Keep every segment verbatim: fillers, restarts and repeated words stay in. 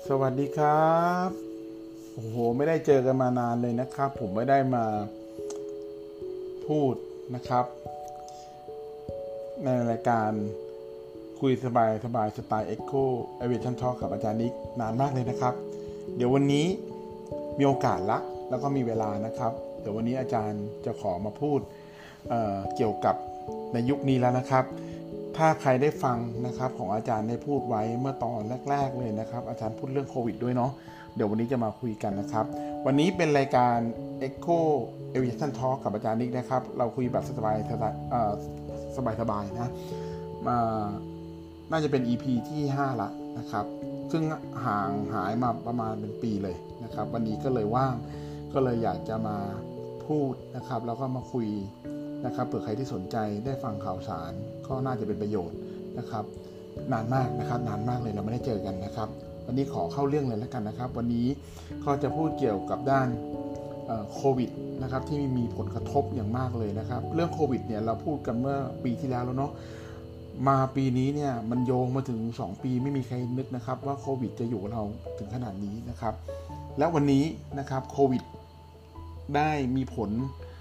สวัสดีครับโอ้โหไม่ได้เจอกันมานานเลยนะครับผมไม่ได้มาพูดนะครับในรายการคุยสบายสบายสไตล์ Echo Aviation Talk กับอาจารย์นิกนานมากเลยนะครับเดี๋ยววันนี้มีโอกาสละแล้วก็มีเวลานะครับเดี๋ยววันนี้อาจารย์จะขอมาพูด เอ่อ เกี่ยวกับในยุคนี้แล้วนะครับถ้าใครได้ฟังนะครับของอาจารย์ได้พูดไว้เมื่อตอนแรกๆเลยนะครับอาจารย์พูดเรื่องโควิดด้วยเนาะเดี๋ยววันนี้จะมาคุยกันนะครับวันนี้เป็นรายการ Echo Aviation Talk กับอาจารย์นิกนะครับเราคุยแบบสบายสบายสบายๆนะมาน่าจะเป็น อี พี ที่ห้าละนะครับซึ่งห่างหายมาประมาณเป็นปีเลยนะครับวันนี้ก็เลยว่างก็เลยอยากจะมาพูดนะครับแล้วก็มาคุยนะครับเผื่อใครที่สนใจได้ฟังข่าวสารก็น่าจะเป็นประโยชน์นะครับนานมากนะครับนานมากเลยเราไม่ได้เจอกันนะครับวันนี้ขอเข้าเรื่องเลยแล้วกันนะครับวันนี้ก็จะพูดเกี่ยวกับด้านโควิดนะครับที่มีผลกระทบอย่างมากเลยนะครับเรื่องโควิดเนี่ยเราพูดกันเมื่อปีที่แล้วแล้วเนาะมาปีนี้เนี่ยมันโยงมาถึงสองปีไม่มีใครนึกนะครับว่าโควิดจะอยู่กับเราถึงขนาดนี้นะครับแล้ววันนี้นะครับโควิดได้มีผล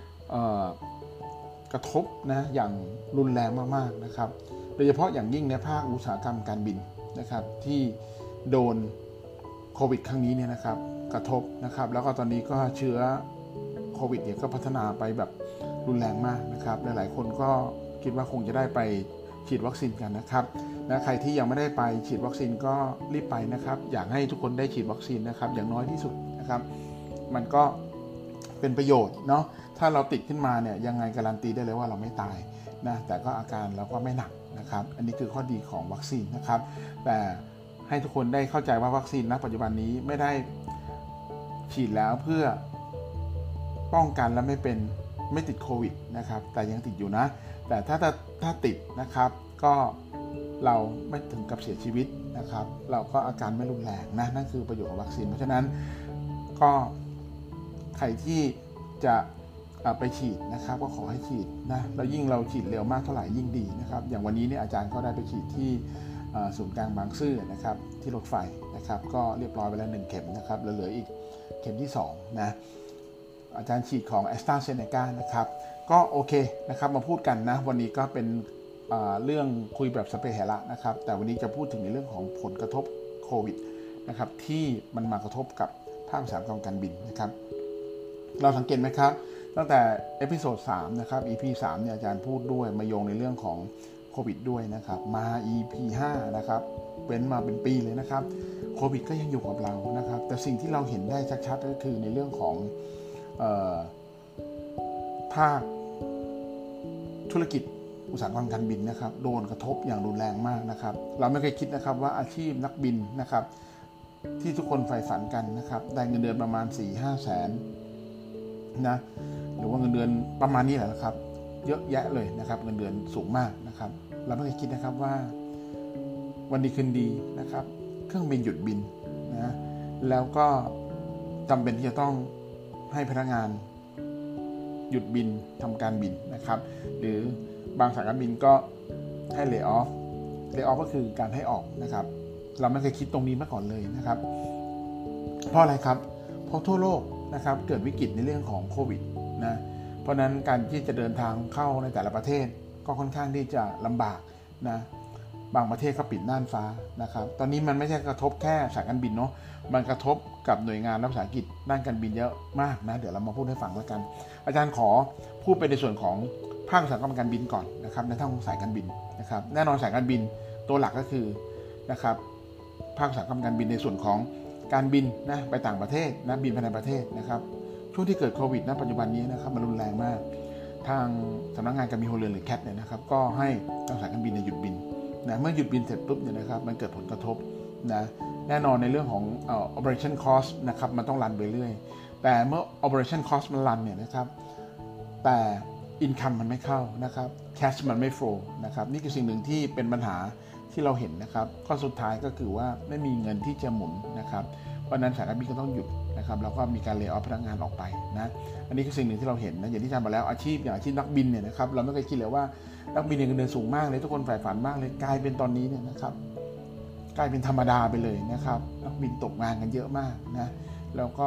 กระทบนะอย่างรุนแรงมากๆนะครับโดยเฉพาะอย่างยิ่งในภาคอุตสาหกรรมการบินนะครับที่โดนโควิดครั้งนี้เนี่ยนะครับกระทบนะครับแล้วก็ตอนนี้ก็เชื้อโควิดเนี่ยก็พัฒนาไปแบบรุนแรงมากนะครับหลายๆคนก็คิดว่าคงจะได้ไปฉีดวัคซีนกันนะครับและใครที่ยังไม่ได้ไปฉีดวัคซีนก็รีบไปนะครับอยากให้ทุกคนได้ฉีดวัคซีนนะครับอย่างน้อยที่สุดนะครับมันก็เป็นประโยชน์เนาะถ้าเราติดขึ้นมาเนี่ยยังไงการันตีได้เลยว่าเราไม่ตายนะแต่ก็อาการเราก็ไม่หนักนะครับอันนี้คือข้อดีของวัคซีนนะครับแต่ให้ทุกคนได้เข้าใจว่าวัคซีนณปัจจุบันนี้ไม่ได้ฉีดแล้วเพื่อป้องกันและไม่เป็นไม่ติดโควิดนะครับแต่ยังติดอยู่นะแต่ถ้าถ้าถ้าติดนะครับก็เราไม่ถึงกับเสียชีวิตนะครับเราก็อาการไม่รุนแรงนะนั่นคือประโยชน์ของวัคซีนเพราะฉะนั้นก็ใครที่จะไปฉีดนะครับก็ขอให้ฉีดนะแล้วยิ่งเราฉีดเร็วมากเท่าไหร่ยิ่งดีนะครับอย่างวันนี้เนี่ยอาจารย์ก็ได้ไปฉีดที่ศูนย์กลางบางซื่อนะครับที่รถไฟนะครับก็เรียบร้อยไปแล้วหนึ่งเข็มนะครับเหลืออีกเข็มที่สองนะอาจารย์ฉีดของ AstraZeneca นะครับก็โอเคนะครับมาพูดกันนะวันนี้ก็เป็นเรื่องคุยแบบสเปเชียลนะครับแต่วันนี้จะพูดถึงในเรื่องของผลกระทบโควิดนะครับที่มันมากระทบกับภาคอุตสาหกรรมการบินนะครับเราสังเกตไหมครับตั้งแต่เอพิโซดสามนะครับ อี พี สามเนี่ยอาจารย์พูดด้วยมาโยงในเรื่องของโควิดด้วยนะครับมา อี พี ห้านะครับเว้นมาเป็นปีเลยนะครับโควิดก็ยังอยู่กับเรานะครับแต่สิ่งที่เราเห็นได้ชัดๆก็คือในเรื่องของเอ่อภาคธุรกิจอุตสาหกรรมการบินนะครับโดนกระทบอย่างรุนแรงมากนะครับเราไม่เคยคิดนะครับว่าอาชีพนักบินนะครับที่ทุกคนใฝ่ฝันกันนะครับได้เงินเดือนประมาณ สี่ถึงห้า แสนนะหรือว่าเงินเดือนประมาณนี้แหละนะครับเยอะแยะเลยนะครับเงินเดือนสูงมากนะครับเราไม่เคยคิดนะครับว่าวันดีคืนดีนะครับเครื่องบินหยุดบินนะแล้วก็จำเป็นที่จะต้องให้พนักงานหยุดบินทำการบินนะครับหรือบางสายการบินก็ให้ lay off lay off ก็คือการให้ออกนะครับเราไม่เคยคิดตรงนี้มาก่อนเลยนะครับเพราะอะไรครับเพราะทั่วโลกนะครับเกิดวิกฤตในเรื่องของโควิดนะเพราะนั้นการที่จะเดินทางเข้าในแต่ละประเทศก็ค่อนข้างที่จะลำบากนะบางประเทศก็ปิดน่านฟ้านะครับตอนนี้มันไม่ใช่กระทบแค่สายการบินเนาะมันกระทบกับหน่วยงานรัฐวิสาหกิจด้านการบินเยอะมากนะเดี๋ยวเรามาพูดให้ฟังแล้วกันอาจารย์ขอพูดไปในส่วนของภาคอุตสาหกรรมการบินก่อนนะครับในทางของสายการบินนะครับแน่นอนสายการบินตัวหลักก็คือนะครับภาคอุตสาหกรรมการบินในส่วนของการบินนะไปต่างประเทศนะบินภายในประเทศนะครับช่วงที่เกิดโควิดณปัจจุบันนี้นะครับมันรุนแรงมากทางสำนักงานการบินพลเรือนหรือแคทเนี่ยนะครับก็ให้ทางสายการบินเนี่ยหยุดบินนะเมื่อหยุดบินเสร็จปุ๊บเนี่ยนะครับมันเกิดผลกระทบนะแน่นอนในเรื่องของเอ่อ operation cost นะครับมันต้องรันไปเรื่อยแต่เมื่อ operation cost มันรันเนี่ยนะครับแต่ income มันไม่เข้านะครับ cash มันไม่ flow นะครับนี่คือสิ่งหนึ่งที่เป็นปัญหาที่เราเห็นนะครับข้อสุดท้ายก็คือว่าไม่มีเงินที่จะหมุนนะครับเพราะนั้นสายการบินก็ต้องหยุดนะครับแล้วก็มีการเลย์ออฟพนักงานออกไปนะอันนี้คือสิ่งหนึ่งที่เราเห็นนะอย่างที่อาจารย์บอกแล้วอาชีพอย่างอาชีพนักบินเนี่ยนะครับเราไม่เคยคิดเลยว่านักบินเงินเดือนสูงมากเลยทุกคนใฝ่ฝันมากเลยกลายเป็นตอนนี้เนี่ยนะครับกลายเป็นธรรมดาไปเลยนะครับนักบินตกงานกันเยอะมากนะแล้วก็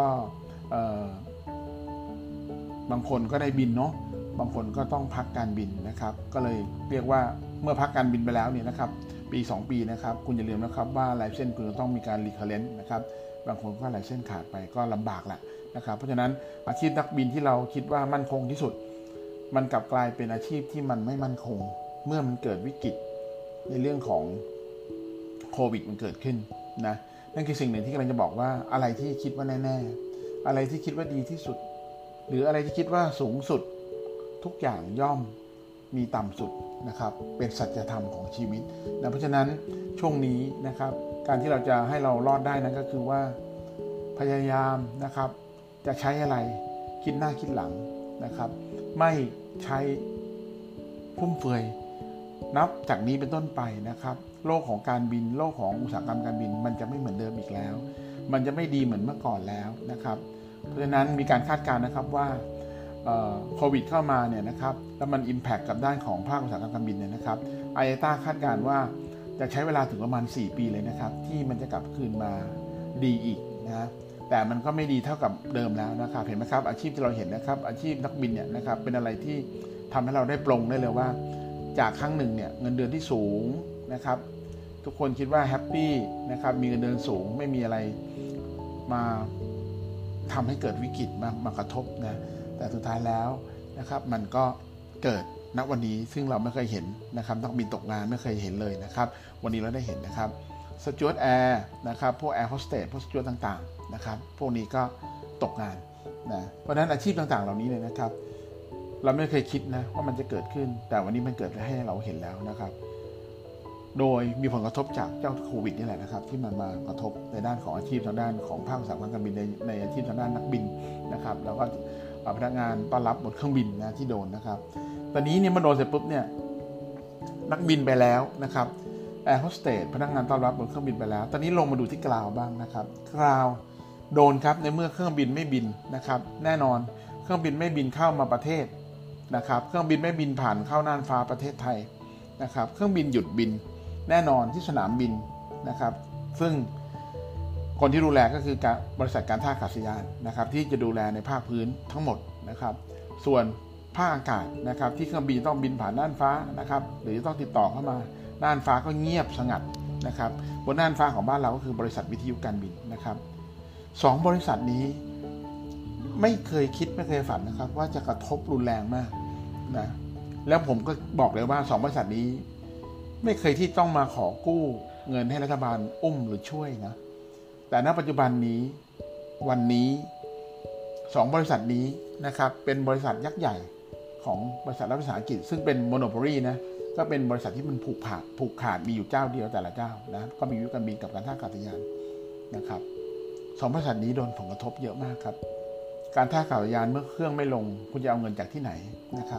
บางคนก็ได้บินเนาะบางคนก็ต้องพักการบินนะครับก็เลยเรียกว่าเมื่อพักการบินไปแล้วเนี่ยนะครับปีสองปีนะครับคุณอย่าลืมนะครับว่าไลเซนส์คุณจะต้องมีการรีเคอเรนต์นะครับบางคนก็ไลเซนส์ขาดไปก็ลำบากแหละนะครับเพราะฉะนั้นอาชีพนักบินที่เราคิดว่ามั่นคงที่สุดมันกลับกลายเป็นอาชีพที่มันไม่มั่นคงเมื่อมันเกิดวิกฤตในเรื่องของโควิดมันเกิดขึ้นนะนั่นคือสิ่งหนึ่งที่กำลังจะบอกว่าอะไรที่คิดว่าแน่ๆอะไรที่คิดว่าดีที่สุดหรืออะไรที่คิดว่าสูงสุดทุกอย่างย่อมมีต่ำสุดนะครับเป็นสัจธรรมของชีวิตนะเพราะฉะนั้นช่วงนี้นะครับการที่เราจะให้เรารอดได้นั้นก็คือว่าพยายามนะครับจะใช้อะไรคิดหน้าคิดหลังนะครับไม่ใช้ฟุ่มเฟือยนับจากนี้เป็นต้นไปนะครับโลกของการบินโลกของอุตสาหกรรมการบินมันจะไม่เหมือนเดิมอีกแล้วมันจะไม่ดีเหมือนเมื่อก่อนแล้วนะครับเพราะฉะนั้นมีการคาดการณ์นะครับว่าโควิดเข้ามาเนี่ยนะครับแล้วมัน impact กับด้านของภาคอุตสาหกรรมการบินเนี่ยนะครับไอเอต้าคาดการณ์ว่าจะใช้เวลาถึงประมาณสี่ปีเลยนะครับที่มันจะกลับคืนมาดีอีกนะแต่มันก็ไม่ดีเท่ากับเดิมแล้วนะครับเห็นไหมครับอาชีพที่เราเห็นนะครับอาชีพนักบินเนี่ยนะครับเป็นอะไรที่ทำให้เราได้ปลงได้เลยว่าจากครั้งหนึ่งเนี่ยเงินเดือนที่สูงนะครับทุกคนคิดว่าแฮปปี้นะครับมีเงินเดือนสูงไม่มีอะไรมาทำให้เกิดวิกฤตมามากระทบนะแต่สุดท้ายแล้วนะครับมันก็เกิดณวันนี้ซึ่งเราไม่เคยเห็นนะครับนักบินตกงานไม่เคยเห็นเลยนะครับวันนี้เราได้เห็นนะครับสจ๊วตแอร์นะครับพวกแอร์โฮสเตสพวกสจ๊วตต่างๆนะครับพวกนี้ก็ตกงานนะเพราะฉะนั้นอาชีพต่างๆเหล่านี้เลยนะครับเราไม่เคยคิดนะว่ามันจะเกิดขึ้นแต่วันนี้มันเกิดให้เราเห็นแล้วนะครับโดยมีผลกระทบจากเจ้าโควิดนี่แหละนะครับที่มันมากระทบในด้านของอาชีพทางด้านของภาคอุตสาหกรรมการบินในในอาชีพทางด้านนักบินนะครับแล้วก็พนักงานต้อนรับบนเครื่องบินนะที่โดนนะครับตอนนี้เนี่ยมันโดนเสร็จปุ๊บเนี่ยนักบินไปแล้วนะครับแอร์โฮสเตสพนักงานต้อนรับบนเครื่องบินไปแล้วตอนนี้ลงมาดูที่กราวบ้างนะครับกราวโดนครับในเมื่อเครื่องบินไม่บินนะครับแน่นอนเครื่องบินไม่บินเข้ามาประเทศนะครับเครื่องบินไม่บินผ่านเข้าน่านฟ้าประเทศไทยนะครับเครื่องบินหยุดบินแน่นอนที่สนามบินนะครับซึ่งคนที่ดูแลก็คือบริษัทการท่าอากาศยานนะครับที่จะดูแลในภาคพื้นทั้งหมดนะครับส่วนภาคอากาศนะครับที่เครื่องบินต้องบินผ่านน่านฟ้านะครับหรือต้องติดต่อเข้ามาน่านฟ้าก็เงียบสงัดนะครับบนน่านฟ้าของบ้านเราก็คือบริษัทวิทยุการบินนะครับสองบริษัทนี้ไม่เคยคิดไม่เคยฝันนะครับว่าจะกระทบรุนแรงมากนะแล้วผมก็บอกเลยว่าสองบริษัทนี้ไม่เคยที่ต้องมาขอกู้เงินให้รัฐบาลอุ้มหรือช่วยนะแต่ณปัจจุบันนี้วันนี้สองบริษัทนี้นะครับเป็นบริษัทยักษ์ใหญ่ของบริษัทรัฐวิสาหกิจซึ่งเป็นโมโนโพลีนะก็เป็นบริษัทที่มันผูกขาดผูกขาดมีอยู่เจ้าเดียวแต่ละเจ้านะก็มีวิทยุการบินกับการท่าอากาศยานนะครับสองบริษัทนี้โดนผลกระทบเยอะมากครับการท่าอากาศยานเมื่อเครื่องไม่ลงคุณจะเอาเงินจากที่ไหนนะครับ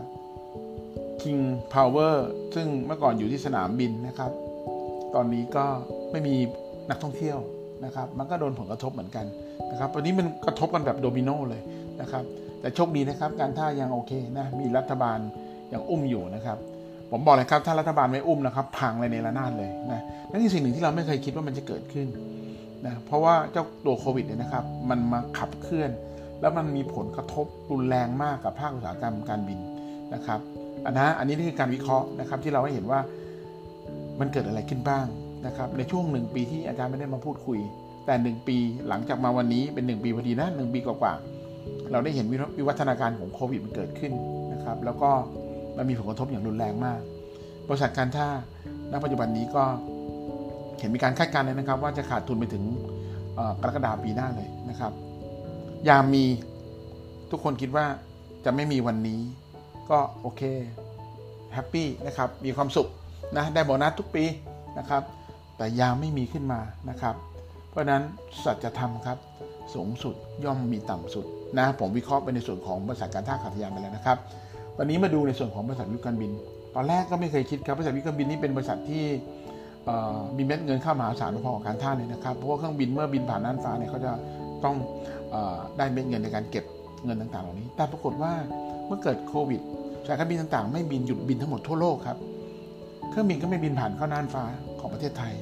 King Power ซึ่งเมื่อก่อนอยู่ที่สนามบินนะครับตอนนี้ก็ไม่มีนักท่องเที่ยวนะครับมันก็โดนผลกระทบเหมือนกันนะครับวันนี้มันกระทบกันแบบโดมิโนเลยนะครับแต่โชคดีนะครับการท่ายังโอเคนะมีรัฐบาลยังอุ้มอยู่นะครับผมบอกเลยครับถ้ารัฐบาลไม่อุ้มนะครับพังเลยในระนาดเลยนะนั่นคือสิ่งหนึ่งที่เราไม่เคยคิดว่ามันจะเกิดขึ้นนะเพราะว่าเจ้าตัวโควิดเนี่ยนะครับมันมาขับเคลื่อนแล้วมันมีผลกระทบรุนแรงมากกับภาคอุตสาหกรรมการบินนะครับอันนะอันนี้นี่คือการวิเคราะห์นะครับที่เราให้เห็นว่ามันเกิดอะไรขึ้นบ้างนะครับในช่วงหนึ่งปีที่อาจารย์ไม่ได้มาพูดคุยแต่หนึ่งปีหลังจากมาวันนี้เป็นหนึ่งปีพอดีนะหนึ่งปีกว่าๆเราได้เห็นวิวัฒนาการของโควิดมันเกิดขึ้นนะครับแล้วก็มันมีผลกระทบอย่างรุนแรงมากบริษัทการท่าณปัจจุบันนี้ก็เห็นมีการคาดการณ์เลยนะครับว่าจะขาดทุนไปถึงกรกฎาคมปีหน้าเลยนะครับยามมีทุกคนคิดว่าจะไม่มีวันนี้ก็โอเคแฮปปี้นะครับมีความสุขนะได้โบนัสทุกปีนะครับแต่ยามไม่มีขึ้นมานะครับเพราะนั้นสัจธรรมครับสูงสุดย่อมมีต่ำสุดนะผมวิเคราะห์ไปในส่วนของบริษัทการท่าอากาศยานไปแล้วนะครับวันนี้มาดูในส่วนของบริษัทวิทยุการบินตอนแรกก็ไม่เคยคิดครับบริษัทวิทยุการบินนี่เป็นบริษัทที่มีเม็ดเงินเข้ามหาศาลพอกับการท่าเลยนะครับเพราะว่าเครื่องบินเมื่อบินผ่านน่านฟ้าเนี่ยเขาจะต้องได้เม็ดเงินในการเก็บเงินต่างๆเหล่านี้แต่ปรากฏว่าเมื่อเกิดโควิดสายการบินต่างๆไม่บินหยุดบินทั้งหมดทั่วโลกครับเครื่องบินก็ไม่บินผ่านเข้าน่านฟ้าของประเทศไทย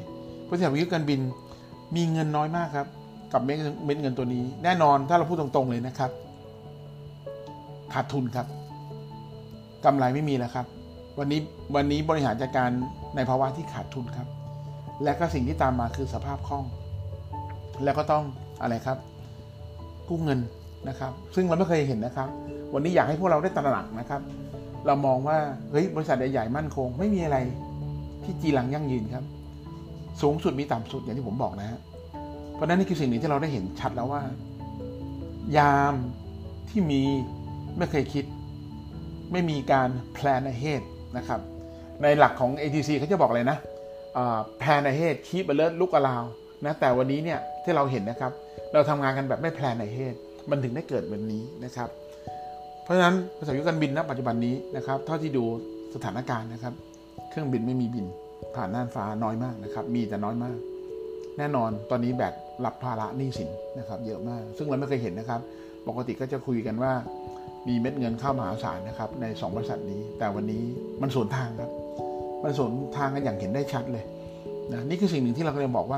บริษัทวิทยุการบินมีเงินน้อยมากครับกับเม็ดเงินตัวนี้แน่นอนถ้าเราพูดตรงๆเลยนะครับขาดทุนครับกำไรไม่มีแล้วครับวันนี้วันนี้บริหารจัดการในภาวะที่ขาดทุนครับและก็สิ่งที่ตามมาคือสภาพคล่องแล้วก็ต้องอะไรครับกู้เงินนะครับซึ่งเราไม่เคยเห็นนะครับวันนี้อยากให้พวกเราได้ตระหนักนะครับเรามองว่าเฮ้ยบริษัทใหญ่ๆมั่นคงไม่มีอะไรที่จีรังยั่งยืนครับสูงสุดมีต่ำสุดอย่างที่ผมบอกนะฮะเพราะนั้นนี่คือสิ่งหนึ่งที่เราได้เห็นชัดแล้วว่ายามที่มีไม่เคยคิดไม่มีการ plan ahead นะครับในหลักของ เอ ที ซี เขาจะบอกเลยนะ plan ahead keep alert look around นะแต่วันนี้เนี่ยที่เราเห็นนะครับเราทำงานกันแบบไม่ plan ahead มันถึงได้เกิดแบบนี้นะครับเพราะฉะนั้นบริษัทวิทยุการบินณปัจจุบันนี้นะครับเท่าที่ดูสถานการณ์นะครับเครื่องบินไม่มีบินผ่านน่านฟ้าน้อยมากนะครับมีแต่น้อยมากแน่นอนตอนนี้แบกรับภาระหนี้สินนะครับเยอะมากซึ่งเราไม่เคยเห็นนะครับปกติก็จะคุยกันว่ามีเม็ดเงินเข้ามหาศาลนะครับในสองบริษัทนี้แต่วันนี้มันสวนทางครับมันสวนทางกันอย่างเห็นได้ชัดเลยนะนี่คือสิ่งหนึ่งที่เรากำลังบอกว่า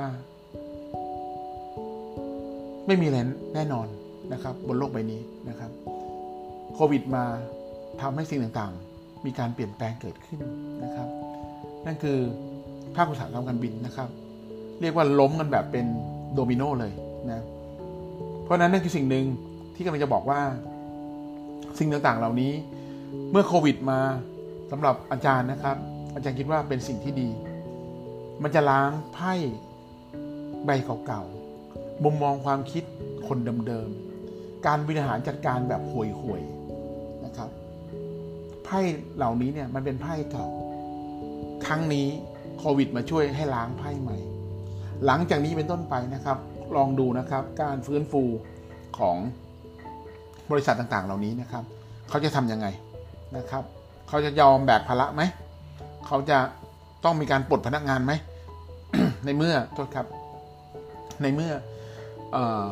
ไม่มีอะไรแน่นอนนะครับบนโลกใบนี้นะครับโควิดมาทำให้สิ่งต่างๆมีการเปลี่ยนแปลงเกิดขึ้นนะครับนั่นคือภาคอุตสาหกรรมการบินนะครับเรียกว่าล้มกันแบบเป็นโดมิโนเลยนะเพราะนั้นนั่นคือสิ่งหนึ่งที่กำลังจะบอกว่าสิ่งต่างๆเหล่านี้เมื่อโควิดมาสำหรับอาจารย์นะครับอาจารย์คิดว่าเป็นสิ่งที่ดีมันจะล้างไพ่ใบเก่าๆมุมมองความคิดคนเดิมๆการบริหารจัดการแบบห่วยๆนะครับไพ่เหล่านี้เนี่ยมันเป็นไพ่เก่าครั้งนี้โควิดมาช่วยให้ล้างไพ่ใหม่หลังจากนี้เป็นต้นไปนะครับลองดูนะครับการฟื้นฟูของบริษัทต่างๆเหล่านี้นะครับเขาจะทำยังไงนะครับเขาจะยอมแบกภาระไหมเขาจะต้องมีการปลดพนักงานไหม ในเมื่อโทษครับในเมื่อ เอ่อ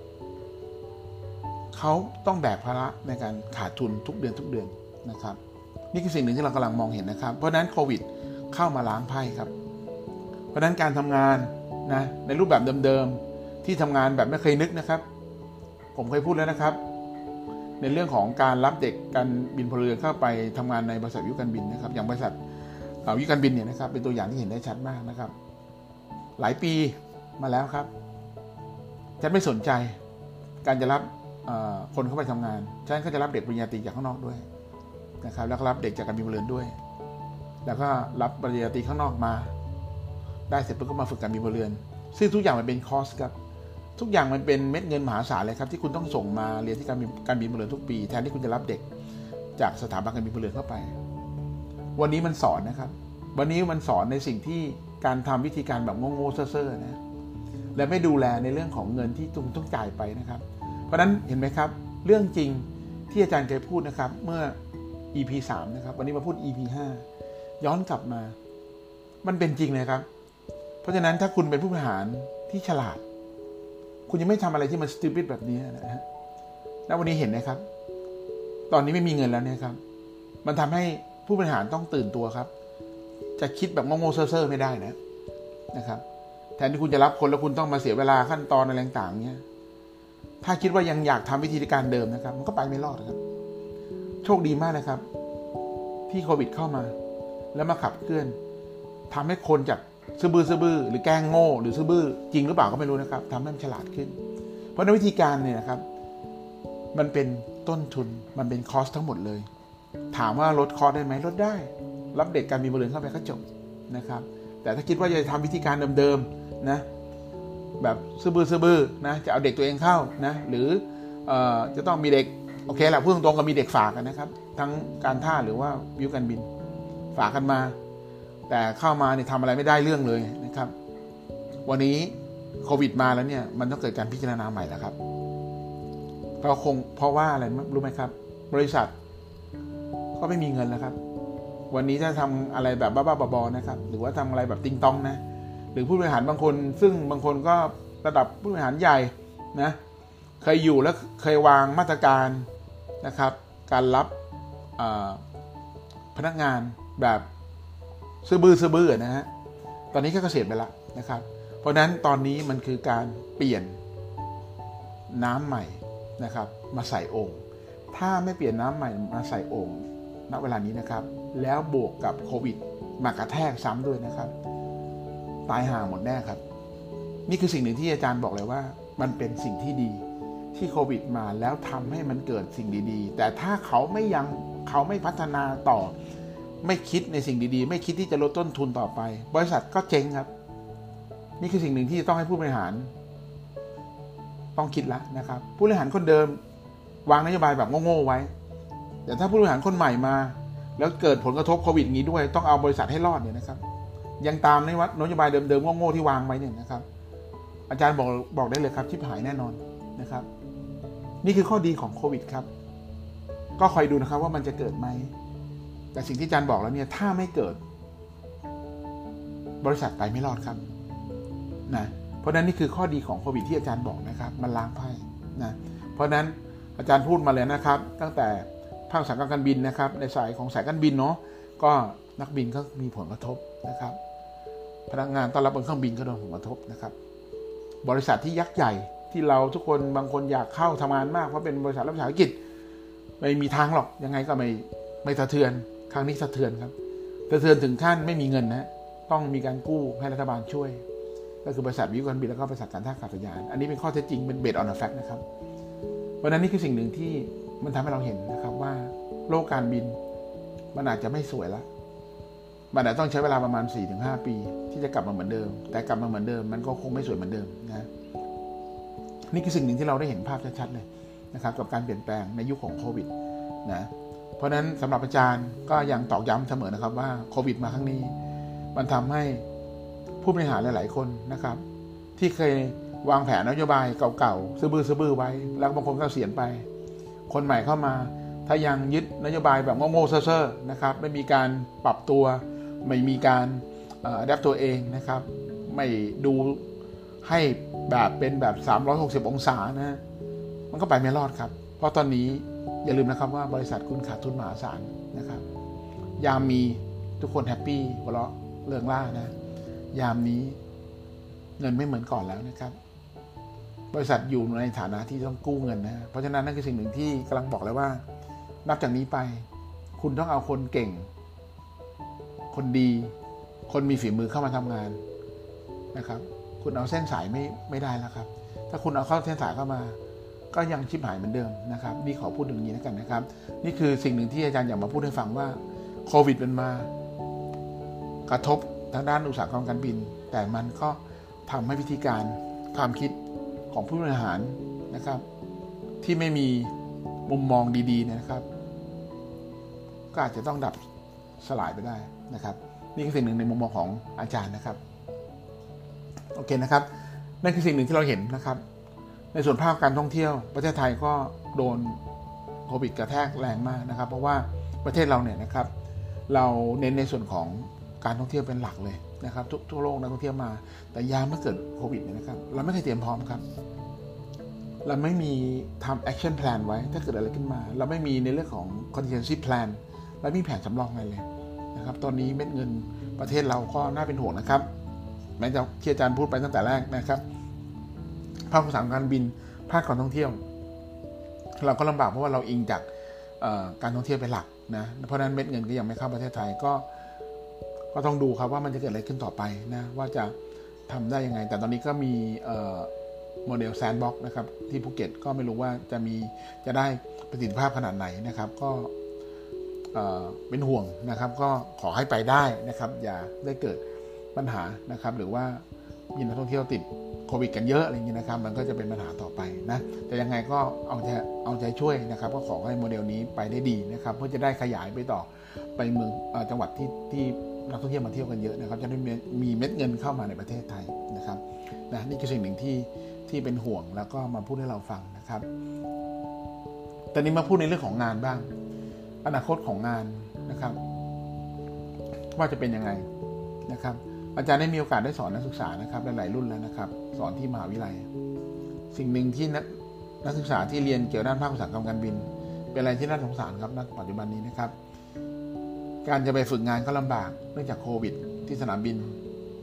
เขาต้องแบกภาระในการขาดทุนทุกเดือนทุกเดือนนะครับนี่คือสิ่งหนึ่งที่เรากำลังมองเห็นนะครับเพราะฉะนั้นโควิดเข้ามาล้างไพ่ครับเพราะฉะนั้นการทำงานนะในรูปแบบเดิมๆที่ทำงานแบบไม่เคยนึกนะครับผมเคยพูดแล้วนะครับในเรื่องของการรับเด็กการบินพลเรือนเข้าไปทำงานในบริษัทวิทยุการบินนะครับอย่างบริษัทวิทยุการบินเนี่ยนะครับเป็นตัวอย่างที่เห็นได้ชัดมากนะครับหลายปีมาแล้วครับฉันไม่สนใจการจะรับคนเข้าไปทำงานฉันก็จะรับเด็กปริญญาตรีจากข้างนอกด้วยนะครับแล้วก็รับเด็กจากการบินพลเรือนด้วยแล้วก็รับปริญญาตรีข้างนอกมาได้เสร็จปุ๊บก็มาฝึกการบินพลเรือนซึ่งทุกอย่างมันเป็นคอสครับทุกอย่างมันเป็นเม็ดเงินมหาศาลเลยครับที่คุณต้องส่งมาเรียนที่การบินการบินพลเรือนทุกปีแทนที่คุณจะรับเด็กจากสถาบันการบินพลเรือนเข้าไปวันนี้มันสอนนะครับวันนี้มันสอนในสิ่งที่การทำวิธีการแบบโง่ๆเซ่อๆนะและไม่ดูแลในเรื่องของเงินที่คุณต้องจ่ายไปนะครับเพราะนั้นเห็นไหมครับเรื่องจริงที่อาจารย์เคยพูดนะครับเมื่อ อี พี สามนะครับวันนี้มาพูด อี พี ห้าย้อนกลับมามันเป็นจริงเลยครับเพราะฉะนั้นถ้าคุณเป็นผู้บริหารที่ฉลาดคุณยังไม่ทำอะไรที่มัน stupid แบบนี้นะฮะแล้ววันนี้เห็นนะครับตอนนี้ไม่มีเงินแล้วเนี่ยครับมันทำให้ผู้บริหารต้องตื่นตัวครับจะคิดแบบโง่ๆเซ่อๆไม่ได้นะนะครับแทนที่คุณจะรับคนแล้วคุณต้องมาเสียเวลาขั้นตอนอะไรต่างๆเนี่ยถ้าคิดว่ายังอยากทำวิธีการเดิมนะครับมันก็ไปไม่รอดครับโชคดีมากนะครับที่โควิดเข้ามาแล้วมาขับเคลื่อนทำให้คนจากซื่อบื้อซื่อบื้อหรือแกล้งโง่หรือซื่อบื้อจริงหรือเปล่าก็ไม่รู้นะครับทำให้มันฉลาดขึ้นเพราะในวิธีการเนี่ยนะครับมันเป็นต้นทุนมันเป็นคอสทั้งหมดเลยถามว่าลดคอสได้ไหมลดได้รับเด็กการบินพลเรือนเข้าไปก็จบนะครับแต่ถ้าคิดว่าจะทำวิธีการเดิมๆนะแบบซื่อบื้อซื่อบื้อนะจะเอาเด็กตัวเองเข้านะหรือเอ่อจะต้องมีเด็กโอเคแหละพูดตรงๆก็มีเด็กฝากกันนะครับทั้งการท่าหรือว่าวิวการบินฝากกันมาแต่เข้ามาเนี่ยทำอะไรไม่ได้เรื่องเลยนะครับวันนี้โควิดมาแล้วเนี่ยมันต้องเกิดการพิจารณาใหม่แล้วครับเพราะคงเพราะว่าอะไรรู้ไหมครับบริษัทก็ไม่มีเงินแล้วครับวันนี้ถ้าทำอะไรแบบบ้าๆบอๆนะครับหรือว่าทำอะไรแบบติงตองนะหรือผู้บริหารบางคนซึ่งบางคนก็ระดับผู้บริหารใหญ่นะเคยอยู่แล้วเคยวางมาตรการนะครับการรับพนักงานแบบซื่อบื้อซื่อบื้อนะฮะตอนนี้ก็เกษียณไปละนะครับเพราะนั้นตอนนี้มันคือการเปลี่ยนน้ำใหม่นะครับมาใส่โอ่งถ้าไม่เปลี่ยนน้ำใหม่มาใส่โอ่งณเวลานี้นะครับแล้วบวกกับโควิดมากระแทกซ้ำด้วยนะครับตายห่าหมดแน่ครับนี่คือสิ่งหนึ่งที่อาจารย์บอกเลยว่ามันเป็นสิ่งที่ดีที่โควิดมาแล้วทำให้มันเกิดสิ่งดีๆแต่ถ้าเขาไม่ยังเขาไม่พัฒนาต่อไม่คิดในสิ่งดีๆไม่คิดที่จะลดต้นทุนต่อไปบริษัทก็เจ๊งครับนี่คือสิ่งหนึ่งที่ต้องให้ผู้บริหารต้องคิดแล้วนะครับผู้บริหารคนเดิมวางนโยบายแบบโง่ๆไว้แต่ถ้าผู้บริหารคนใหม่มาแล้วเกิดผลกระทบโควิดอย่างนี้ด้วยต้องเอาบริษัทให้รอดเนี่ยนะครับยังตามนโยบายเดิมๆโง่ๆที่วางไว้เนี่ยนะครับอาจารย์บอกบอกได้เลยครับชิบหายแน่นอนนะครับนี่คือข้อดีของโควิดครับก็คอยดูนะครับว่ามันจะเกิดไหมแต่สิ่งที่อาจารย์บอกแล้วเนี่ยถ้าไม่เกิดบริษัทไปไม่รอดครับนะเพราะนั้นนี่คือข้อดีของโควิดที่อาจารย์บอกนะครับมันล้างไพ่นะเพราะนั้นอาจารย์พูดมาเลยนะครับตั้งแต่ภาคอุตสาหกรรมการบินนะครับในสายของสายการบินเนาะก็นักบินก็มีผลกระทบนะครับพนักงานต้อนรับบนเครื่องบินก็โดนผลกระทบนะครับบริษัทที่ยักษ์ใหญ่ที่เราทุกคนบางคนอยากเข้าทำงานมากเพราะเป็นบริษัทรัฐวิสาหกิจไม่มีทางหรอกยังไงก็ไม่ไม่สะเทือนครั้งนี้สะเทือนครับสะเทือนถึงขั้นไม่มีเงินนะต้องมีการกู้ให้รัฐบาลช่วยก็คือบริษัทวิวการบินแล้วก็บริษัทการท่าอากาศยานอันนี้เป็นข้อเท็จจริงเป็นเบสออนแฟกต์นะครับเพราะนั้นนี่คือสิ่งหนึ่งที่มันทำให้เราเห็นนะครับว่าโลกการบินมันอาจจะไม่สวยแล้วมันอาจจะต้องใช้เวลาประมาณ สี่ถึงห้า ปีที่จะกลับมาเหมือนเดิมแต่กลับมาเหมือนเดิมมันก็คงไม่สวยเหมือนเดิมนะนี่คือสิ่งหนึ่งที่เราได้เห็นภาพชัดๆเลยนะครับกับการเปลี่ยนแปลงในยุคของโควิดนะเพราะนั้นสำหรับอาจารย์ก็ยังตอกย้ำเสมอนะครับว่าโควิดมาครั้งนี้มันทำให้ผู้บริหารหลายๆคนนะครับที่เคยวางแผนนโยบายเก่าๆซื้อบื้อซื้อบื้อไว้แล้วบางคนก็เสียไปคนใหม่เข้ามาถ้ายังยึดนโยบายแบบโง่ๆเซ่อๆนะครับไม่มีการปรับตัวไม่มีการอัดแอปตัวเองนะครับไม่ดูให้แบบเป็นแบบสามร้อยหกสิบองศานะมันก็ไปไม่รอดครับเพราะตอนนี้อย่าลืมนะครับว่าบริษัทคุณขาดทุนมหาศาลนะครับยามมีทุกคนแฮปปี้หัวเราะเริงร่านะยามนี้เงินไม่เหมือนก่อนแล้วนะครับบริษัทอยู่ในฐานะที่ต้องกู้เงินนะเพราะฉะนั้นนั่นคือสิ่งหนึ่งที่กำลังบอกเลยว่านับจากนี้ไปคุณต้องเอาคนเก่งคนดีคนมีฝีมือเข้ามาทำงานนะครับคุณเอาเส้นสายไม่ไม่ได้แล้วครับถ้าคุณเอาเข้าเส้นสายเข้ามาก็ยังชิบหายเหมือนเดิมนะครับนี่ขอพูดอย่างนี้แล้วกันนะครับนี่คือสิ่งหนึ่งที่อาจารย์อยากมาพูดให้ฟังว่าโควิดมันมากระทบทางด้านอุตสาหกรรมการบินแต่มันก็ทำให้วิธีการความคิดของผู้บริหารนะครับที่ไม่มีมุมมองดีๆนะครับก็อาจจะต้องดับสลายไปได้นะครับนี่คือสิ่งหนึ่งในมุมมองของอาจารย์นะครับโอเคนะครับนั่นคือสิ่งหนึ่งที่เราเห็นนะครับในส่วนภาคการท่องเที่ยวประเทศไทยก็โดนโควิดกระแทกแรงมากนะครับเพราะว่าประเทศเราเนี่ยนะครับเราเน้นในส่วนของการท่องเที่ยวเป็นหลักเลยนะครับทุกทั่วโลกนักท่องเที่ยวมาแต่ยามเมื่อเกิดโควิดเนี่ยนะครับเราไม่เคยเตรียมพร้อมครับเราไม่มีทำ action plan ไว้ถ้าเกิดอะไรขึ้นมาเราไม่มีในเรื่องของ contingency plan และมีแผนสำรองอะไรเลยนะครับตอนนี้เม็ดเงินประเทศเราก็น่าเป็นห่วงนะครับแม้จะที่อาจารย์พูดไปตั้งแต่แรกนะครับภาคอุตสาหกรรมการบินภาคการท่องเที่ยวเราก็ลำบากเพราะว่าเราอิงจากการท่องเที่ยวเป็นหลักนะเพราะนั้นเม็ดเงินก็ยังไม่เข้าประเทศไทยก็ก็ต้องดูครับว่ามันจะเกิดอะไรขึ้นต่อไปนะว่าจะทำได้ยังไงแต่ตอนนี้ก็มีโมเดลแซนด์บ็อกซ์นะครับที่ภูเก็ตก็ไม่รู้ว่าจะมีจะได้ประสิทธิภาพขนาดไหนนะครับก็เป็นห่วงนะครับก็ขอให้ไปได้นะครับอย่าได้เกิดปัญหานะครับหรือว่ามีนักท่องเที่ยวติดโควิดกันเยอะอะไรอย่างนี้นะครับมันก็จะเป็นปัญหาต่อไปนะแต่ยังไงก็เอาใจเอาใจช่วยนะครับก็ขอให้โมเดลนี้ไปได้ดีนะครับเพื่อจะได้ขยายไปต่อไปเมืองจังหวัดที่ที่นักท่องเที่ยวมาเที่ยวกันเยอะนะครับจะได้มีเม็ดเงินเข้ามาในประเทศไทยนะครับนะนี่คือสิ่งหนึ่งที่ที่เป็นห่วงแล้วก็มาพูดให้เราฟังนะครับตอนนี้มาพูดในเรื่องของงานบ้างอนาคตของงานนะครับว่าจะเป็นยังไงนะครับอาจารย์ได้มีโอกาสได้สอนนักศึกษานะครับหลายๆรุ่นแล้วนะครับสอนที่มหาวิทยาลัยสิ่งหนึ่งที่นักศึกษาที่เรียนเกี่ยวด้านภาคอุตสาหกรรมการบินเป็นอะไรที่น่าสงสารครับณปัจจุบันนี้นะครับการจะไปฝึกงานก็ลำบากเนื่องจากโควิดที่สนามบิน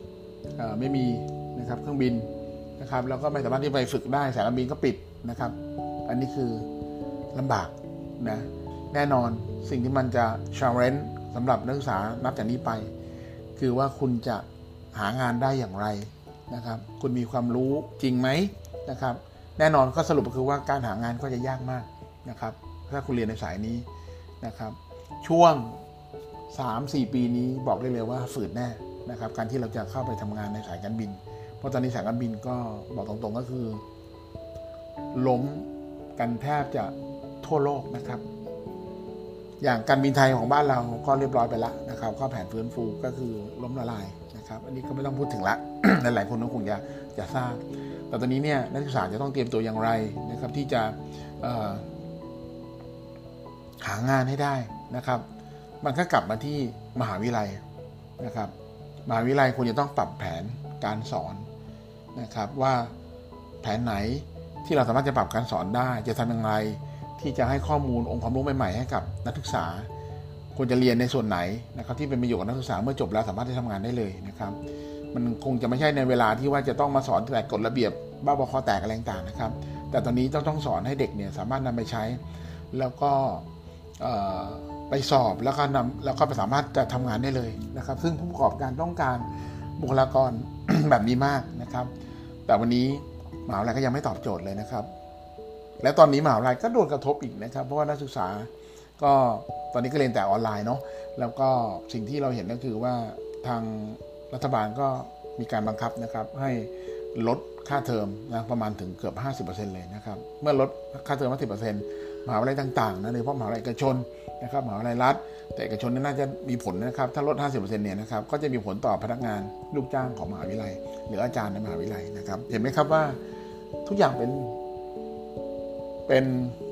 ไม่มีนะครับเครื่องบินนะครับแล้วก็ไม่สามารถที่ไปฝึกได้สายการบินก็ปิดนะครับอันนี้คือลำบากนะแน่นอนสิ่งที่มันจะ challenge สำหรับนักศึกษานับจากนี้ไปคือว่าคุณจะหางานได้อย่างไรนะครับคุณมีความรู้จริงไหมนะครับแน่นอนก็สรุปก็คือว่าการหางานก็จะยากมากนะครับถ้าคุณเรียนในสายนี้นะครับช่วง สามถึงสี่ ปีนี้บอกได้เลยว่าฝืดแน่นะครับการที่เราจะเข้าไปทำงานในสายการบินเพราะตอนนี้สายการบินก็บอกตรงๆก็คือล้มกันแทบจะทั่วโลกนะครับอย่างการบินไทยของบ้านเราก็เรียบร้อยไปแล้วนะครับก็แผนฟื้นฟูก็คือล้มละลายนะครับอันนี้ก็ไม่ต้องพูดถึงละ หลายๆคนก็คงจะจะทราบแต่ตอนนี้เนี่ยนักศึกษาจะต้องเตรียมตัวอย่างไรนะครับที่จะหางานให้ได้นะครับมันก็กลับมาที่มหาวิทยาลัยนะครับมหาวิทยาลัยควรจะต้องปรับแผนการสอนนะครับว่าแผนไหนที่เราสามารถจะปรับการสอนได้จะทำอย่างไรที่จะให้ข้อมูลองค์ความรู้ใหม่ๆให้กับนักศึกษาควรจะเรียนในส่วนไหนนะครับที่เป็นประโยชน์กับนักศึกษาเมื่อจบแล้วสามารถที่จะทำงานได้เลยนะครับมันคงจะไม่ใช่ในเวลาที่ว่าจะต้องมาสอนแต่กฎระเบียบบ้าบอคอแตกอะไรต่างๆนะครับแต่ตอนนี้ต้องต้องสอนให้เด็กเนี่ยสามารถนำไปใช้แล้วก็ไปสอบแล้วก็นำแล้วก็สามารถจะทำงานได้เลยนะครับซึ่งผู้ประกอบการต้องการบุคลากร แบบนี้มากนะครับแต่วันนี้มหาวิทยาลัยก็ยังไม่ตอบโจทย์เลยนะครับและตอนนี้มหาวิทยาลัยก็โดนกระทบอีกนะครับเพราะว่านักศึกษาก็ตอนนี้ก็เรียนแต่ออนไลน์เนาะแล้วก็สิ่งที่เราเห็นก็คือว่าทางรัฐบาลก็มีการบังคับนะครับให้ลดค่าเทอมนะประมาณถึงเกือบ ห้าสิบเปอร์เซ็นต์ เลยนะครับเมื่อลดค่าเทอม ห้าสิบเปอร์เซ็นต์ มหาวิทยาลัยต่างๆนะโดยเฉพาะมหาวิทยาลัยเอกชนนะครับมหาวิทยาลัยรัฐแต่เอกชนน่าจะมีผลนะครับถ้าลด ห้าสิบเปอร์เซ็นต์ เนี่ยนะครับก็จะมีผลต่อพนักงานลูกจ้างของมหาวิทยาลัยหรืออาจารย์ในมหาวิทยาลัยนะครับเห็นไหมครับว่าทุกอย่างเป็นเป็น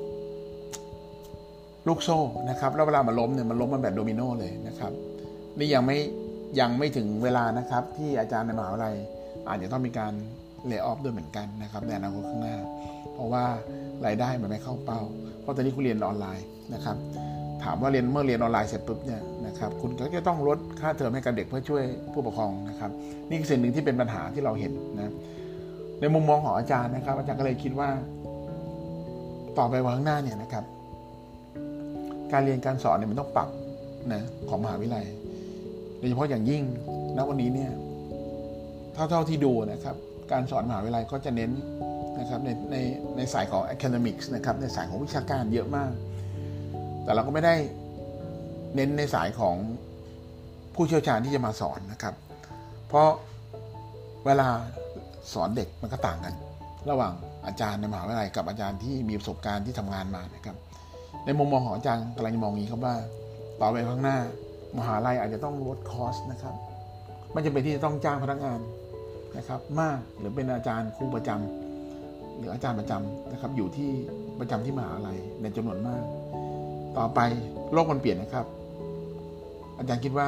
ลูกโซ่นะครับแล้วเวลามันล้มเนี่ยมันล้มมันแบบโดมิโนเลยนะครับนี่ยังไม่ยังไม่ถึงเวลานะครับที่อาจารย์ในมหาวิทยาลัยอาจจะต้องมีการเลย์ออฟด้วยเหมือนกันนะครับในอนาคตข้างหน้าเพราะว่ารายได้มันไม่เข้าเป้าเพราะตอนนี้คุณเรียนออนไลน์นะครับถามว่าเรียนเมื่อเรียนออนไลน์เสร็จปุ๊บเนี่ยนะครับคุณก็จะต้องลดค่าเทอมให้กับเด็กเพื่อช่วยผู้ปกครองนะครับนี่คือสิ่งหนึ่งที่เป็นปัญหาที่เราเห็นนะในมุมมองของอาจารย์นะครับอาจารย์ก็เลยคิดว่าต่อไปวันข้างหน้าเนี่ยนะครับการเรียนการสอนเนี่ยมันต้องปรับนะของมหาวิทยาลัยโดยเฉพาะอย่างยิ่งณวันนี้เนี่ยเท่าเท่าที่ดูนะครับการสอนมหาวิทยาลัยก็จะเน้นนะครับในในในสายของ academics นะครับในสายของวิชาการเยอะมากแต่เราก็ไม่ได้เน้นในสายของผู้เชี่ยวชาญที่จะมาสอนนะครับเพราะเวลาสอนเด็กมันก็ต่างกันระหว่างอาจารย์ในมหาวิทยาลัยกับอาจารย์ที่มีประสบการณ์ที่ทำงานมานะครับในมุมมองของอาจารย์กำลังจะมองอย่างนี้ครับว่าต่อไปข้างหน้ามหาวิทยาลัยอาจจะต้องลดคอสนะครับไม่จำเป็นที่จะต้องจ้างพนักงานนะครับมากหรือเป็นอาจารย์ครูประจำหรืออาจารย์ประจำนะครับอยู่ที่ประจำที่มหาวิทยาลัยในจำนวนมากต่อไปโลกมันเปลี่ยนนะครับอาจารย์คิดว่า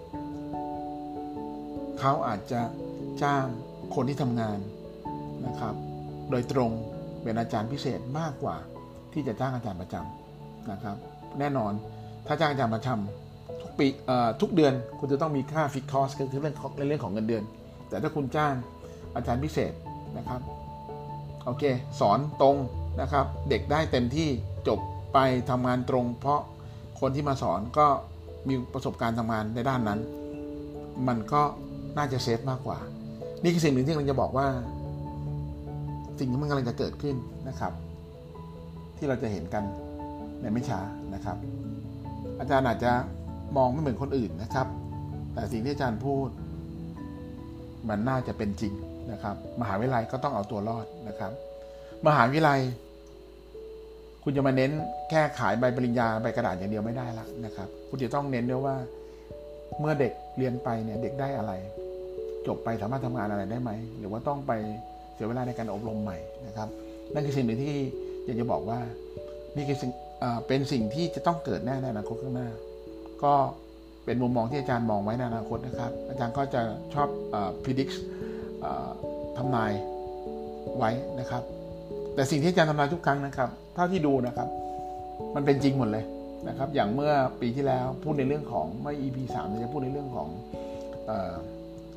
เขาอาจจะจ้างคนที่ทำงานนะครับโดยตรงเป็นอาจารย์พิเศษมากกว่าที่จะจ้างอาจารย์ประจำนะครับแน่นอนถ้าจ้างอาจารย์ประจำทุกปีทุกเดือนคุณจะต้องมีค่าฟิกคอสก็คือเรื่องของเรื่องของเงินเดือนแต่ถ้าคุณจ้างอาจารย์พิเศษนะครับโอเคสอนตรงนะครับเด็กได้เต็มที่จบไปทำงานตรงเพราะคนที่มาสอนก็มีประสบการณ์ทำงานในด้านนั้นมันก็น่าจะเซฟมากกว่านี่คือสิ่งหนึ่งที่กำลังจะบอกว่าสิ่งที่มันกำลังจะเกิดขึ้นนะครับที่เราจะเห็นกันในไม่ช้านะครับอาจารย์อาจจะมองไม่เหมือนคนอื่นนะครับแต่สิ่งที่อาจารย์พูดมันน่าจะเป็นจริงนะครับมหาวิทยาลัยก็ต้องเอาตัวรอดนะครับมหาวิทยาลัยคุณจะมาเน้นแค่ขายใบปริญญาใบกระดาษอย่างเดียวไม่ได้ละนะครับคุณจะต้องเน้นด้วยว่าเมื่อเด็กเรียนไปเนี่ยเด็กได้อะไรจบไปสามารถทำงานอะไรได้ไหมหรือว่าต้องไปเสียเวลาในการอบรมใหม่นะครับนั่นคือสิ่งหนึ่งที่อยากจะบอกว่านี่คือสิ่งเป็นสิ่งที่จะต้องเกิดแน่ในอนาคตข้างหน้าก็เป็นมุมมองที่อาจารย์มองไว้ในอนาคตนะครับอาจารย์ก็จะชอบ predict ทำนายไว้นะครับแต่สิ่งที่อาจารย์ทำนายทุกครั้งนะครับเท่าที่ดูนะครับมันเป็นจริงหมดเลยนะครับอย่างเมื่อปีที่แล้วพูดในเรื่องของไม่ อี พี สามจะพูดในเรื่องของ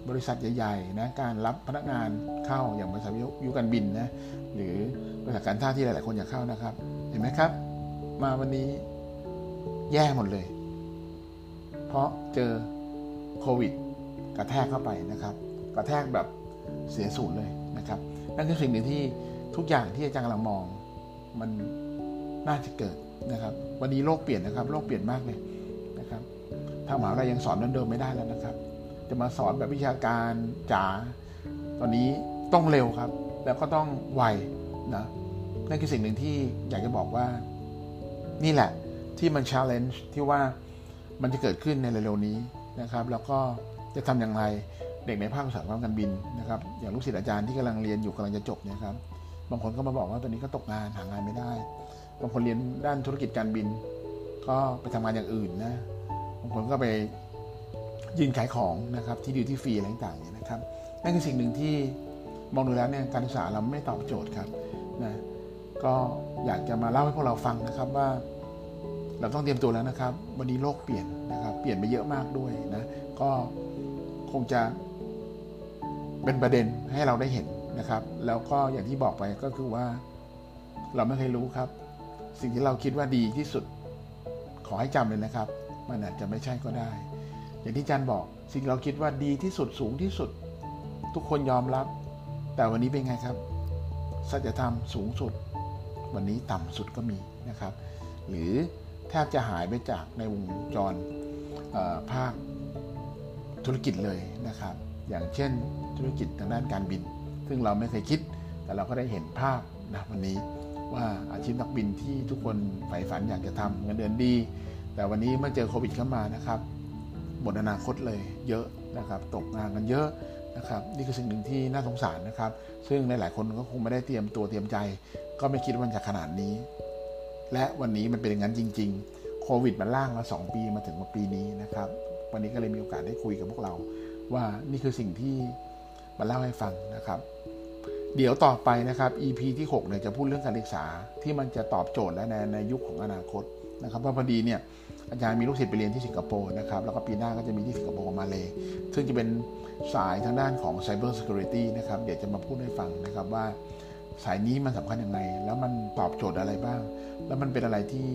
บริษัทใหญ่ๆนะการรับพนักงานเข้าอย่างบริษัทวิทยุการบินนะหรือบริษัทการท่าที่หลายๆคนอยากเข้านะครับเห็นไหมครับมาวันนี้แย่หมดเลยเพราะเจอโควิดกระแทกเข้าไปนะครับกระแทกแบบเสียสูญเลยนะครับนั่นคือสิ่งหนึ่งที่ทุกอย่างที่อาจารย์กำลังมองมันน่าจะเกิดนะครับวันนี้โลกเปลี่ยนนะครับโลกเปลี่ยนมากเลยนะครับทางมหาวิทยาลัยยังสอนเดิมๆไม่ได้แล้วนะครับจะมาสอนแบบวิชาการจ๋าตอนนี้ต้องเร็วครับแล้วก็ต้องไวนะนั่นคือสิ่งหนึ่งที่อยากจะบอกว่านี่แหละที่มัน challenge ที่ว่ามันจะเกิดขึ้นในเร็วๆนี้นะครับแล้วก็จะทำอย่างไรเด็กในภาคอุตสาหกรรมการบินนะครับอย่างลูกศิษย์อาจารย์ที่กำลังเรียนอยู่กำลังจะจบเนี่ยครับบางคนก็มาบอกว่าตอนนี้ก็ตกงานหางานไม่ได้บางคนเรียนด้านธุรกิจการบินก็ไปทำงานอย่างอื่นนะบางคนก็ไปยืนขายของนะครับที่ดิวตี้ฟรีอะไรต่างๆเนี่ยนะครับนั่นคือสิ่งหนึ่งที่มองดูแล้วเนี่ยการศึกษาเราไม่ตอบโจทย์ครับนะก็อยากจะมาเล่าให้พวกเราฟังนะครับว่าเราต้องเตรียมตัวแล้วนะครับวันนี้โลกเปลี่ยนนะครับเปลี่ยนไปเยอะมากด้วยนะก็คงจะเป็นประเด็นให้เราได้เห็นนะครับแล้วก็อย่างที่บอกไปก็คือว่าเราไม่เคยรู้ครับสิ่งที่เราคิดว่าดีที่สุดขอให้จำเลยนะครับมันอาจจะไม่ใช่ก็ได้อย่างที่อาจารย์บอกสิ่งเราคิดว่าดีที่สุดสูงที่สุดทุกคนยอมรับแต่วันนี้เป็นไงครับสัจธรรมสูงสุดวันนี้ต่ำสุดก็มีนะครับหรือแทบจะหายไปจากในวงจรภาคธุรกิจเลยนะครับอย่างเช่นธุรกิจทางด้านการบินซึ่งเราไม่เคยคิดแต่เราก็ได้เห็นภาพนะวันนี้ว่าอาชีพนักบินที่ทุกคนใฝ่ฝันอยากจะทำเงินเดือนดีแต่วันนี้เมื่อเจอโควิดเข้ามานะครับหมดอนาคตเลยเยอะนะครับตกงานกันเยอะนะครับนี่คือสิ่งหนึ่งที่น่าสงสารนะครับซึ่งหลายๆคนก็คงไม่ได้เตรียมตัวเตรียมใจก็ไม่คิดว่ามันจะขนาดนี้และวันนี้มันเป็นอย่างนั้นจริงๆโควิดมันล่างมาสองปีมาถึงปีนี้นะครับวันนี้ก็เลยมีโอกาสได้คุยกับพวกเราว่านี่คือสิ่งที่มาเล่าให้ฟังนะครับเดี๋ยวต่อไปนะครับ อี พี ที่หกเนี่ยจะพูดเรื่องการศึกษาที่มันจะตอบโจทย์และในในยุคของอนาคตนะครับเพราะพอดีเนี่ยอาจารย์มีลูกศิษย์ไปเรียนที่สิงคโปร์นะครับแล้วก็ปีหน้าก็จะมีที่สิงคโปร์มาเลยซึ่งจะเป็นสายทางด้านของ Cyber Security นะครับเดี๋ยวจะมาพูดให้ฟังนะครับว่าสายนี้มันสำคัญยังไงแล้วมันตอบโจทย์อะไรบ้างแล้วมันเป็นอะไรที่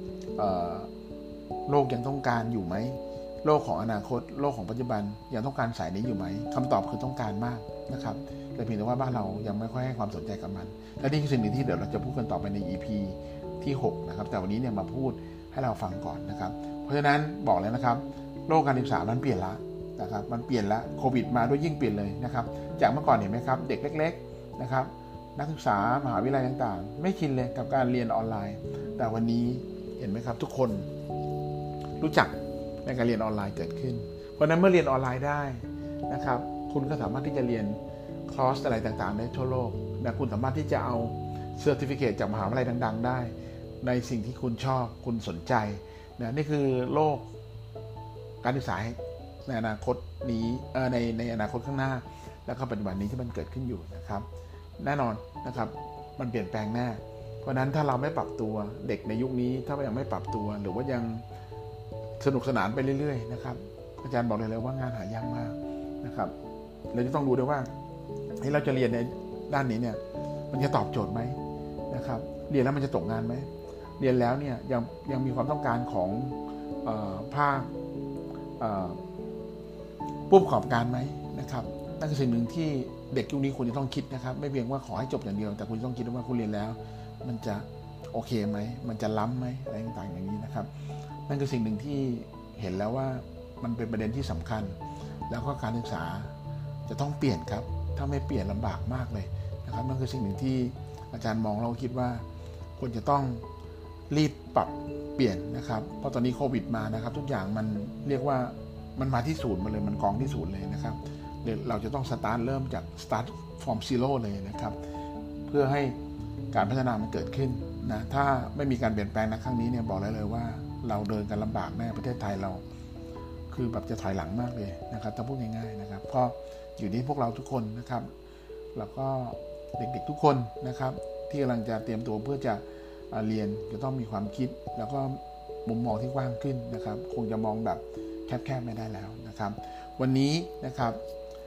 โลกยังต้องการอยู่ไหมโลกของอนาคตโลกของปัจจุบันยังต้องการสายนี้อยู่ไหมคำตอบคือต้องการมากนะครับแต่เพียงแต่ว่าบ้านเรายังไม่ค่อยให้ความสนใจกับมันและนี่คือสิ่งหนึ่งที่เดี๋ยวเราจะพูดกันต่อไปใน อี พี ที่หกนะครับแต่วันนี้เนี่ยมาพูดให้เราฟังก่อนนะครับเพราะฉะนั้นบอกเลยนะครับโลกการศึกษามันเปลี่ยนละนะครับมันเปลี่ยนละโควิดมาด้วยยิ่งเปลี่ยนเลยนะครับจากเมื่อก่อนเห็นไหมครับเด็กเล็กๆนะครับนักศึกษามหาวิทยาลัยต่างๆไม่ชินเลยกับการเรียนออนไลน์แต่วันนี้เห็นไหมครับทุกคนรู้จักในการเรียนออนไลน์เกิดขึ้นเพราะนั้นเมื่อเรียนออนไลน์ได้นะครับคุณก็สามารถที่จะเรียนคอร์สอะไรต่างๆได้ทั่วโลกนะคุณสามารถที่จะเอาเซอร์ติฟิเคตจากมหาวิทยาลัยดังๆได้ในสิ่งที่คุณชอบคุณสนใจนะนี่คือโลกการศึกษาในอนาคตนี้เอ่อในในอนาคตข้างหน้าแล้วก็ปัจจุบันนี้ที่มันเกิดขึ้นอยู่นะครับแน่นอนนะครับมันเปลี่ยนแปลงแน่เพราะนั้นถ้าเราไม่ปรับตัวเด็กในยุคนี้ถ้ายังไม่ปรับตัวหรือว่ายังสนุกสนานไปเรื่อยๆนะครับอาจารย์บอกเลยเลยว่างานหายากมากนะครับเราจะต้องดูด้วยว่าให้เราจะเรียนในด้านนี้เนี่ยมันจะตอบโจทย์ไหมนะครับเรียนแล้วมันจะตกงานไหมเรียนแล้วเนี่ยยังยังมีความต้องการของเอ่อภาคเอ่อผู้ประกอบการไหมนะครับนั่นคือสิ่งหนึ่งที่เด็กยุคนี้คุณจะต้องคิดนะครับไม่เพียงว่าขอให้จบอย่างเดียวแต่คุณต้องคิดว่าคุณเรียนแล้วมันจะโอเคไหมมันจะล้ำไหมอะไรต่างๆอย่างนี้นะครับนั่นคือสิ่งหนึ่งที่เห็นแล้วว่ามันเป็นประเด็นที่สำคัญแล้วก็การศึกษาจะต้องเปลี่ยนครับถ้าไม่เปลี่ยนลำบากมากเลยนะครับนั่นคือสิ่งหนึ่งที่อาจารย์มองเราคิดว่าควรจะต้องรีบปรับเปลี่ยนนะครับเพราะตอนนี้โควิดมานะครับทุกอย่างมันเรียกว่ามันมาที่ศูนย์มาเลยมันกองที่ศูนย์เลยนะครับเราจะต้องสตาร์ทเริ่มจาก start from zero เลยนะครับเพื่อให้การพัฒนามันเกิดขึ้นนะถ้าไม่มีการเปลี่ยนแปลงในครั้งนี้เนี่ยบอกเลยเลยว่าเราเดินกันลำบากแน่ประเทศไทยเราคือแบบจะถอยหลังมากเลยนะครับถ้าพูดง่ายๆนะครับก็อยู่ที่พวกเราทุกคนนะครับแล้วก็เด็กๆทุกคนนะครับที่กำลังจะเตรียมตัวเพื่อจะเรียนจะต้องมีความคิดแล้วก็มุมมองที่กว้างขึ้นนะครับคงจะมองแบบแคบๆไม่ได้แล้วนะครับวันนี้นะครับ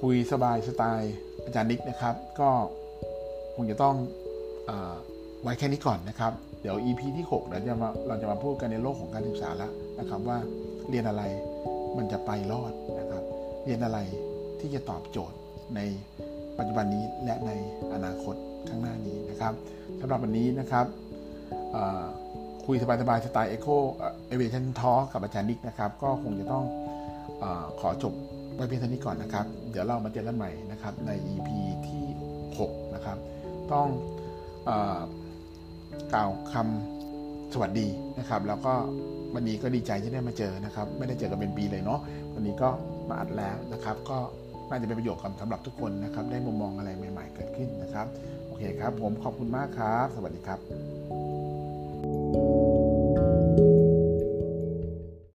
คุยสบายสไตล์อาจารย์นิกนะครับก็คงจะต้องเอ่อไว้แค่นี้ก่อนนะครับเดี๋ยว อี พี ที่หกเราจะมาเราจะมาพูดกันในโลกของการศึกษาแล้วนะครับว่าเรียนอะไรมันจะไปรอดนะครับเรียนอะไรที่จะตอบโจทย์ในปัจจุบันนี้และในอนาคตข้างหน้านี้นะครับสำหรับวันนี้นะครับคุยสบายๆสไตล์ Echo Aviation Talk กับอาจารย์นิกนะครับก็คงจะต้องเอ่อขอจบไว้เพียงเท่านี้ก่อนนะครับเดี๋ยวเรามาเจอกันใหม่นะครับใน อี พี ที่หกนะครับต้องเอ่อกล่าวคำสวัสดีนะครับแล้วก็วันนี้ก็ดีใจที่ได้มาเจอนะครับไม่ได้เจอกันเป็นปีเลยเนาะวันนี้ก็มาอัดแล้วนะครับก็น่าจะเป็นประโยชน์สำหรับทุกคนนะครับได้มุมมองอะไรใหม่ๆเกิดขึ้นนะครับโอเคครับผมขอบคุณมากครับสวัสดีครับ